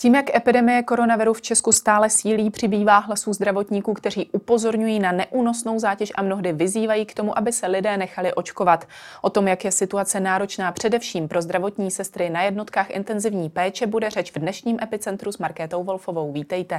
tím, jak epidemie koronaviru v Česku stále sílí, přibývá hlasů zdravotníků, kteří upozorňují na neúnosnou zátěž a mnohdy vyzývají k tomu, aby se lidé nechali očkovat. O tom, jak je situace náročná především pro zdravotní sestry na jednotkách intenzivní péče, bude řeč v dnešním Epicentru s Markétou Wolfovou. Vítejte.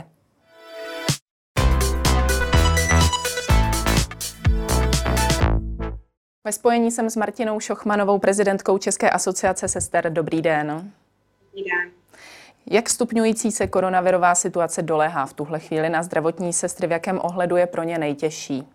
Ve spojení jsem s Martinou Šochmanovou, prezidentkou České asociace sester. Dobrý den. Dobrý den. Jak stupňující se koronavirová situace doléhá v tuhle chvíli na zdravotní sestry? V jakém ohledu je pro ně nejtěžší?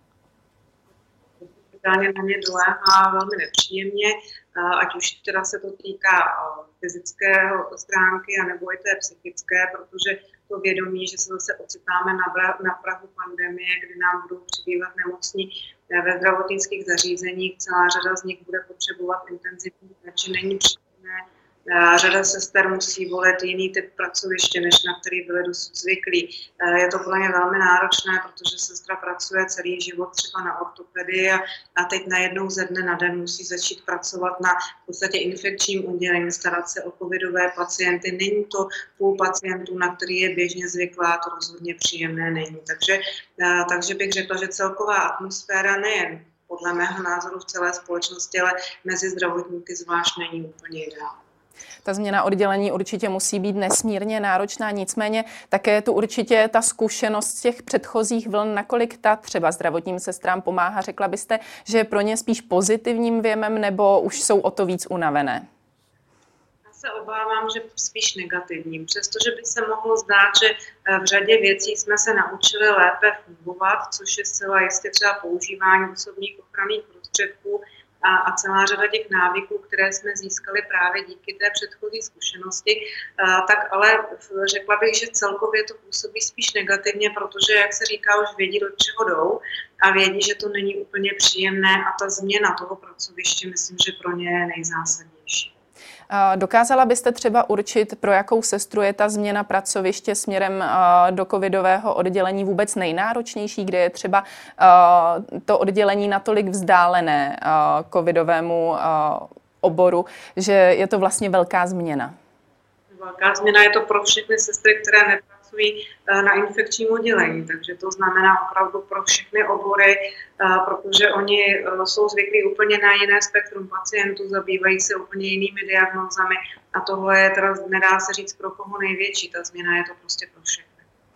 Na ně doléhá velmi nepříjemně, ať už teda se to týká fyzického stránky, anebo i té psychické, protože to vědomí, že se zase ocitáme na prahu pandemie, kdy nám budou přibývat nemocní ve zdravotnických zařízeních, celá řada z nich bude potřebovat intenzivní péči, není příjemné. Řada sester musí volit jiný typ pracoviště, než na který byli dosud zvyklí. Je to pro ně velmi náročné, protože sestra pracuje celý život třeba na ortopedii a teď najednou ze dne na den musí začít pracovat na v podstatě infekčním oddělení, starat se o covidové pacienty. Není to půl pacientů, na který je běžně zvyklá, to rozhodně příjemné není. Takže bych řekla, že celková atmosféra nejen podle mého názoru v celé společnosti, ale mezi zdravotníky zvlášť není úplně ideální. Ta změna oddělení určitě musí být nesmírně náročná, nicméně také je tu určitě ta zkušenost z těch předchozích vln, nakolik ta třeba zdravotním sestrám pomáhá. Řekla byste, že je pro ně spíš pozitivním věmem, nebo už jsou o to víc unavené? Já se obávám, že spíš negativním, přestože by se mohlo zdát, že v řadě věcí jsme se naučili lépe fungovat, což je zcela jistě třeba používání osobních ochranných prostředků, a celá řada těch návyků, které jsme získali právě díky té předchozí zkušenosti, tak ale řekla bych, že celkově to působí spíš negativně, protože, jak se říká, už vědí, do čeho jdou a vědí, že to není úplně příjemné a ta změna toho pracoviště, myslím, že pro ně je nejzásadnější. Dokázala byste třeba určit, pro jakou sestru je ta změna pracoviště směrem do covidového oddělení vůbec nejnáročnější, kde je třeba to oddělení natolik vzdálené covidovému oboru, že je to vlastně velká změna? Velká změna je to pro všechny sestry, které nepracují na infekčním oddělení, takže to znamená opravdu pro všechny obory, protože oni jsou zvyklí úplně na jiné spektrum pacientů, zabývají se úplně jinými diagnózami a tohle je teda, nedá se říct, pro koho největší, ta změna je to prostě pro všechny.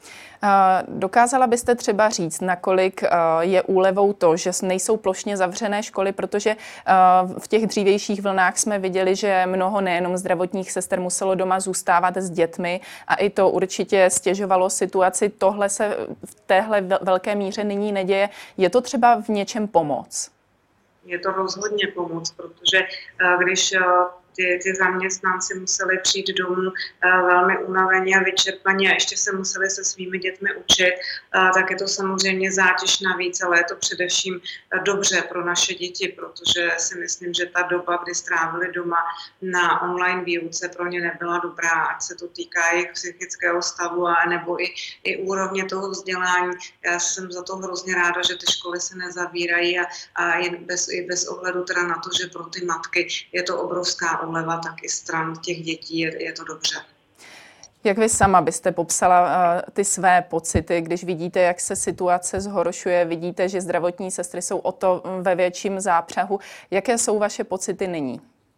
Dokázala byste třeba říct, nakolik je úlevou to, že nejsou plošně zavřené školy, protože v těch dřívějších vlnách jsme viděli, že mnoho nejenom zdravotních sester muselo doma zůstávat s dětmi a i to určitě stěžovalo situaci. Tohle se v téhle velké míře nyní neděje. Je to třeba v něčem pomoc? Je to rozhodně pomoc, protože když ty zaměstnanci museli přijít domů velmi unavení a vyčerpaní a ještě se museli se svými dětmi učit, tak je to samozřejmě zátěž navíc, ale je to především dobře pro naše děti, protože si myslím, že ta doba, kdy strávili doma na online výuce, pro ně nebyla dobrá, ať se to týká jejich psychického stavu nebo i úrovně toho vzdělání. Já jsem za to hrozně ráda, že ty školy se nezavírají a i bez ohledu teda na to, že pro ty matky je to obrovská úleva, tak i stran těch dětí je to dobře. Jak vy sama byste popsala ty své pocity, když vidíte, jak se situace zhoršuje, vidíte, že zdravotní sestry jsou o to ve větším zápřahu. Jaké jsou vaše pocity nyní?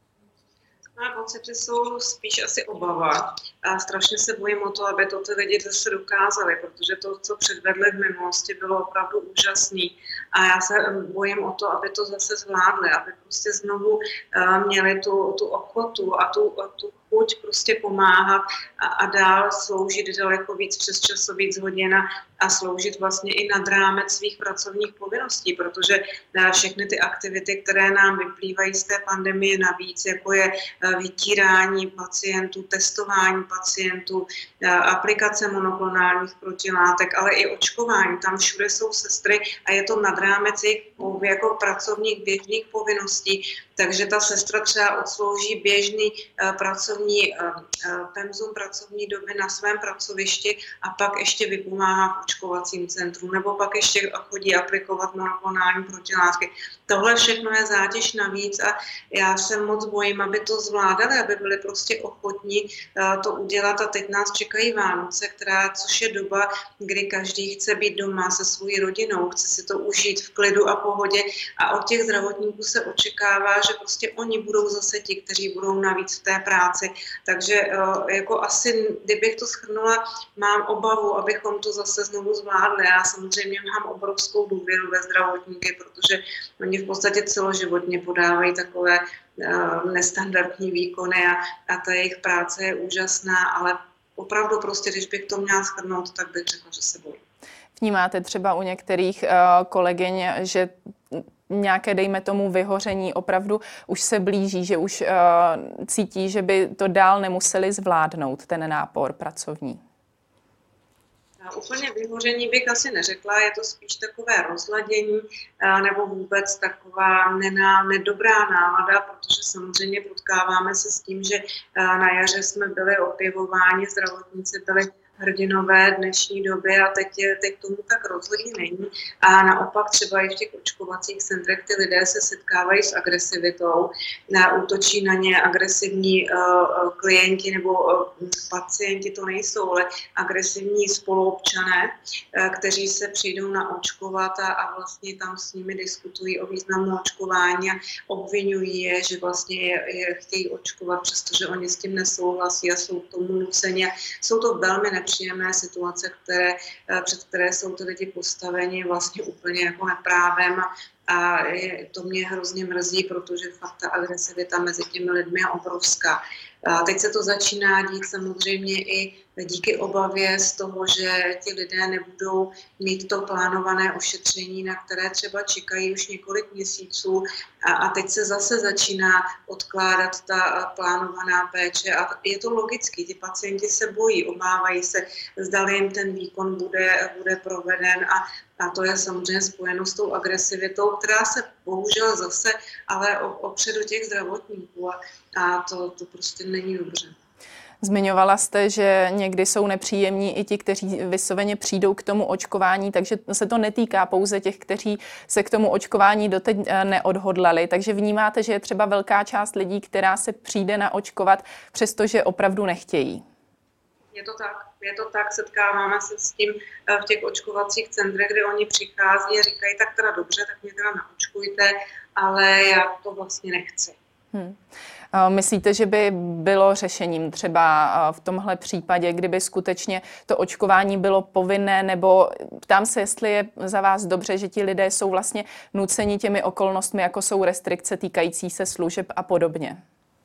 Moje pocity jsou spíš asi obava a strašně se bojím o to, aby to ty lidi zase dokázali, protože to, co předvedli v minulosti, bylo opravdu úžasný a já se bojím o to, aby to zase zvládli, aby prostě znovu měli tu ochotu a tu chuť prostě pomáhat a dál sloužit daleko víc přes časových hodin a sloužit vlastně i nad rámec svých pracovních povinností, protože všechny ty aktivity, které nám vyplývají z té pandemie navíc, jako je vytírání pacientů, testování pacientů, aplikace monoklonálních protilátek, ale i očkování, tam všude jsou sestry a je to nad rámec jejich jako pracovních běžných povinností, takže ta sestra třeba odslouží běžný pracovní penzum pracovní doby na svém pracovišti a pak ještě vypomáhá v očkovacím centru, nebo pak ještě chodí aplikovat monoklonální protilátky. Tohle všechno je zátěž navíc a já se moc bojím, aby to zvládali, aby byli prostě ochotní to udělat. A teď nás čekají Vánoce, což je doba, kdy každý chce být doma se svojí rodinou, chce si to užít v klidu a pohodě a od těch zdravotníků se očekává, že prostě oni budou zase ti, kteří budou navíc v té práci. Takže jako asi, kdybych to shrnula, mám obavu, abychom to zase znovu zvládli. Já samozřejmě mám obrovskou důvěru ve zdravotníky, protože oni v podstatě celoživotně podávají takové nestandardní výkony a ta jejich práce je úžasná, ale opravdu prostě, když bych to měla shrnout, tak bych řekla, že se bojím. Vnímáte třeba u některých kolegyň, že nějaké, dejme tomu, vyhoření opravdu už se blíží, že už cítí, že by to dál nemuseli zvládnout, ten nápor pracovní? Úplně vyhoření bych asi neřekla, je to spíš takové rozladění nebo vůbec taková nedobrá nálada, protože samozřejmě potkáváme se s tím, že na jaře jsme byli opěvováni, zdravotníci byli hrdinové dnešní doby a teď tomu tak rozhodně není. A naopak třeba i v těch očkovacích centrech ty lidé se setkávají s agresivitou, útočí na ně agresivní klienti nebo pacienti, to nejsou, ale agresivní spoluobčané, kteří se přijdou naočkovat a vlastně tam s nimi diskutují o významu očkování a obvinují je, že vlastně je chtějí očkovat, přestože oni s tím nesouhlasí a jsou k tomu nuceni. Jsou to velmi nepříjemné situace, před které jsou ty lidi postaveni vlastně úplně jako neprávem a to mě hrozně mrzí, protože fakt ta agresivita mezi těmi lidmi je obrovská. Teď se to začíná dít samozřejmě i díky obavě z toho, že ti lidé nebudou mít to plánované ošetření, na které třeba čekají už několik měsíců a teď se zase začíná odkládat ta plánovaná péče a je to logický, ti pacienti se bojí, obávají se, zdali jim ten výkon bude proveden a to je samozřejmě spojeno s tou agresivitou, která se bohužel zase ale opře do těch zdravotníků a to prostě není dobře. Zmiňovala jste, že někdy jsou nepříjemní i ti, kteří vysloveně přijdou k tomu očkování, takže se to netýká pouze těch, kteří se k tomu očkování doteď neodhodlali. Takže vnímáte, že je třeba velká část lidí, která se přijde naočkovat, přestože opravdu nechtějí. Je to tak, setkáváme se s tím v těch očkovacích centrech, kde oni přichází a říkají, tak teda dobře, tak mě teda naočkujte, ale já to vlastně nechci. Myslíte, že by bylo řešením třeba v tomhle případě, kdyby skutečně to očkování bylo povinné, nebo ptám se, jestli je za vás dobře, že ti lidé jsou vlastně nuceni těmi okolnostmi, jako jsou restrikce týkající se služeb a podobně?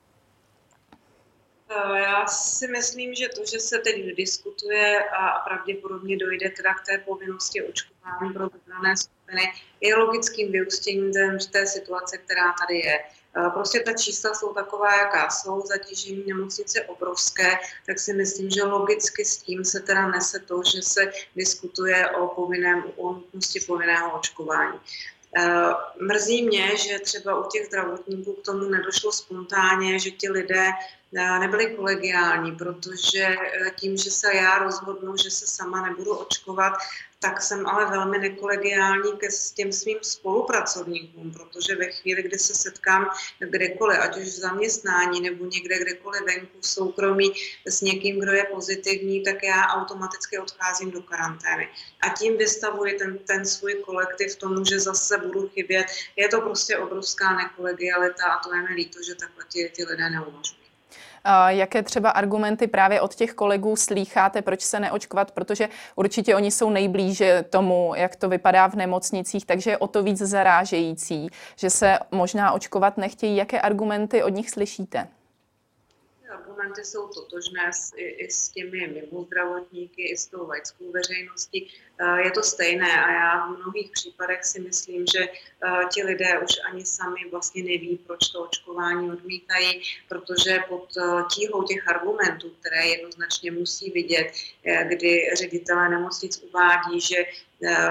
Já si myslím, že to, že se teď diskutuje a pravděpodobně dojde teda k té povinnosti očkování pro vybrané skupiny, je logickým vyústěním té situace, která tady je. Prostě ta čísla jsou taková, jaká jsou, zatížení nemocnice je obrovské, tak si myslím, že logicky s tím se teda nese to, že se diskutuje o nutnosti povinného očkování. Mrzí mě, že třeba u těch zdravotníků k tomu nedošlo spontánně, že ti lidé nebyli kolegiální, protože tím, že se já rozhodnu, že se sama nebudu očkovat, tak jsem ale velmi nekolegiální s těm svým spolupracovníkům, protože ve chvíli, kdy se setkám kdekoliv, ať už v zaměstnání nebo někde kdekoliv venku v soukromí s někým, kdo je pozitivní, tak já automaticky odcházím do karantény. A tím vystavuji ten svůj kolektiv tomu, že zase budu chybět. Je to prostě obrovská nekolegialita a to je mi líto, že takhle ti lidé neuvažují. Jaké třeba argumenty právě od těch kolegů slýcháte, proč se neočkovat, protože určitě oni jsou nejblíže tomu, jak to vypadá v nemocnicích, takže je o to víc zarážející, že se možná očkovat nechtějí. Jaké argumenty od nich slyšíte? Argumenty jsou totožné i s těmi mimozdravotníky, i s tou laickou veřejností. Je to stejné a já v mnohých případech si myslím, že ti lidé už ani sami vlastně neví, proč to očkování odmítají, protože pod tíhou těch argumentů, které jednoznačně musí vidět, kdy ředitelé nemocnic uvádí, že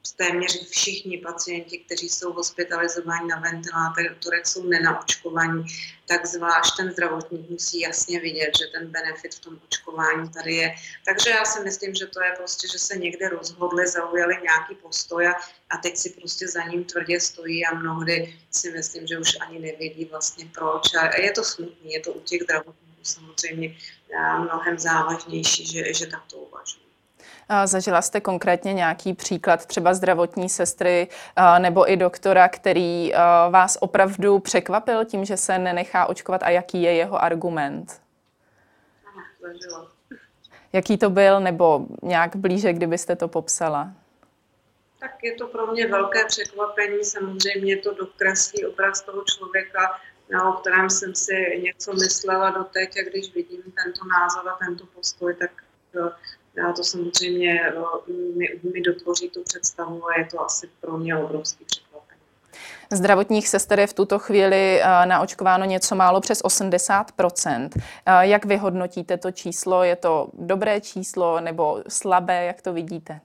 téměř všichni pacienti, kteří jsou hospitalizováni na ventilátorech, jsou nenaočkovaní, tak zvlášť ten zdravotník musí jasně vidět, že ten benefit v tom očkování tady je. Takže já si myslím, že to je prostě, že se někde rozhodli, zaujali nějaký postoj a teď si prostě za ním tvrdě stojí a mnohdy si myslím, že už ani nevědí vlastně proč. A je to smutný, je to u těch zdravotníků samozřejmě mnohem závažnější, že tak to uvažují. Zažila jste konkrétně nějaký příklad třeba zdravotní sestry nebo i doktora, který vás opravdu překvapil tím, že se nenechá očkovat a jaký je jeho argument? Ano, zažila. Jaký to byl nebo nějak blíže, kdybyste to popsala? Tak je to pro mě velké překvapení, samozřejmě to dokreslí obraz toho člověka, o kterém jsem si něco myslela doteď, a když vidím tento názor a tento postoj, tak to samozřejmě mi dotvoří tu představu a je to asi pro mě obrovský překvapení. Zdravotních sester je v tuto chvíli naočkováno něco málo přes 80%. Jak vy hodnotíte to číslo? Je to dobré číslo nebo slabé? Jak to vidíte?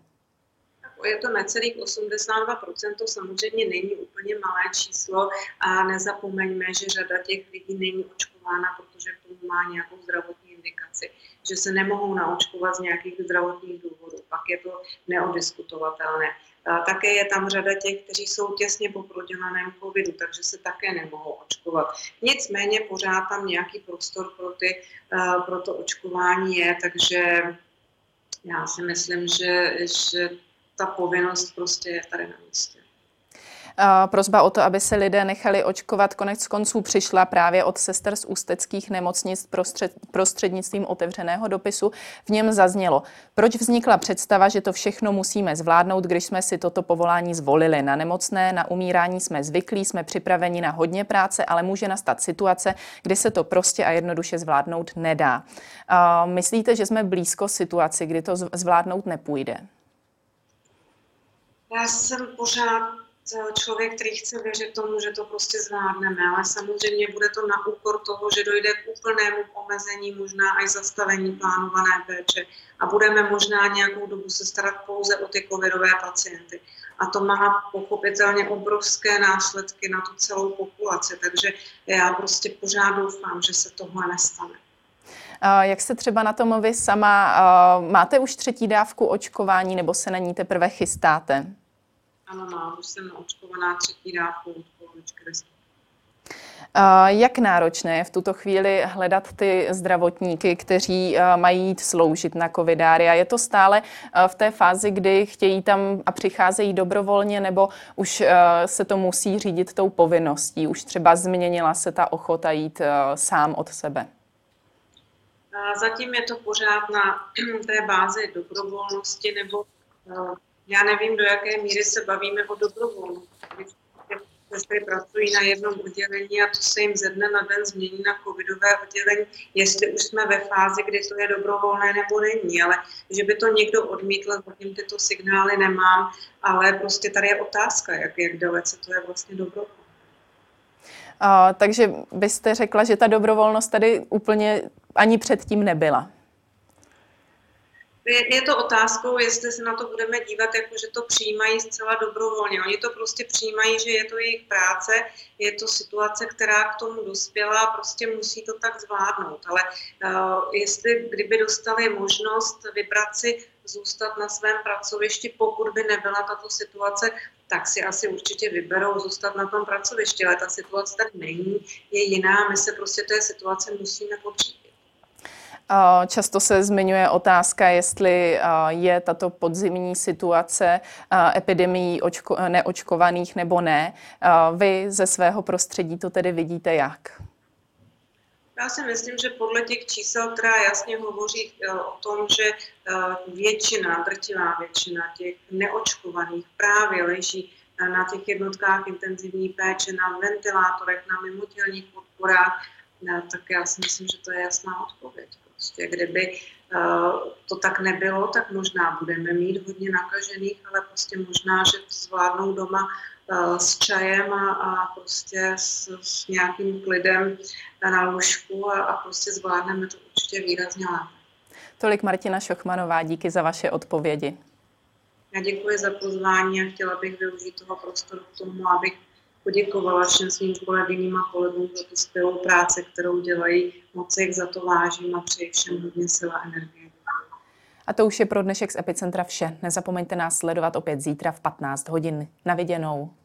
Je to necelých 82%, to samozřejmě není úplně malé číslo a nezapomeňme, že řada těch lidí není očkována, protože k tomu má nějakou zdravotní indikaci, že se nemohou naočkovat z nějakých zdravotních důvodů, pak je to neodiskutovatelné. Také je tam řada těch, kteří jsou těsně po prodělaném covidu, takže se také nemohou očkovat. Nicméně pořád tam nějaký prostor pro to očkování je, takže já si myslím, že ta povinnost prostě je tady na místě. Prosba o to, aby se lidé nechali očkovat, konec konců přišla právě od sester z ústeckých nemocnic prostřednictvím otevřeného dopisu. V něm zaznělo, proč vznikla představa, že to všechno musíme zvládnout, když jsme si toto povolání zvolili. Na nemocné, na umírání jsme zvyklí, jsme připraveni na hodně práce, ale může nastat situace, kdy se to prostě a jednoduše zvládnout nedá. Myslíte, že jsme blízko situaci, kdy to zvládnout nepůjde? Já jsem pořád člověk, který chce věřit tomu, že to prostě zvládneme, ale samozřejmě bude to na úkor toho, že dojde k úplnému omezení, možná i zastavení plánované péče a budeme možná nějakou dobu se starat pouze o ty covidové pacienty. A to má pochopitelně obrovské následky na tu celou populaci, takže já prostě pořád doufám, že se tohle nestane. Jak jste třeba na tom vy sama? Máte už 3. dávku očkování nebo se na ní teprve chystáte? Ano, mám. Už jsem očkovaná 3. dávkou od polovičky desky. Jak náročné je v tuto chvíli hledat ty zdravotníky, kteří mají jít sloužit na covidária? Je to stále v té fázi, kdy chtějí tam a přicházejí dobrovolně, nebo už se to musí řídit tou povinností? Už třeba změnila se ta ochota jít sám od sebe? Zatím je to pořád na té bázi dobrovolnosti, nebo já nevím, do jaké míry se bavíme o dobrovolnosti. Sestry pracují na jednom oddělení a to se jim ze dne na den změní na covidové oddělení, jestli už jsme ve fázi, kdy to je dobrovolné nebo není, ale že by to někdo odmítl, zatím tyto signály nemám, ale prostě tady je otázka, jak dalece to je vlastně dobrovolné. Takže byste řekla, že ta dobrovolnost tady úplně ani předtím nebyla? Je to otázkou, jestli se na to budeme dívat, jako že to přijímají zcela dobrovolně. Oni to prostě přijímají, že je to jejich práce, je to situace, která k tomu dospěla a prostě musí to tak zvládnout. Ale kdyby dostali možnost vybrat si zůstat na svém pracovišti, pokud by nebyla tato situace, tak si asi určitě vyberou zůstat na tom pracovišti. Ale ta situace tak není, je jiná, my se prostě té situace musíme podřídit. Často se zmiňuje otázka, jestli je tato podzimní situace epidemií neočkovaných nebo ne. Vy ze svého prostředí to tedy vidíte jak? Já si myslím, že podle těch čísel, která jasně hovoří o tom, že drtivá většina těch neočkovaných právě leží na těch jednotkách intenzivní péče, na ventilátorech, na mimotělních podporách, tak já si myslím, že to je jasná odpověď. Prostě kdyby to tak nebylo, tak možná budeme mít hodně nakažených, ale prostě možná, že to zvládnou doma s čajem a prostě s nějakým klidem na lůžku a prostě zvládneme to určitě výrazně lépe. Tolik Martina Šochmanová, díky za vaše odpovědi. Já děkuji za pozvání a chtěla bych využít toho prostoru k tomu, abych poděkovala všem svým kolegyním a kolegům za tu skvělou práci, kterou dělají. Moc jich za to vážím a přeji všem hodně sil a energie. A to už je pro dnešek z Epicentra vše. Nezapomeňte nás sledovat opět zítra v 15 hodin. Na viděnou.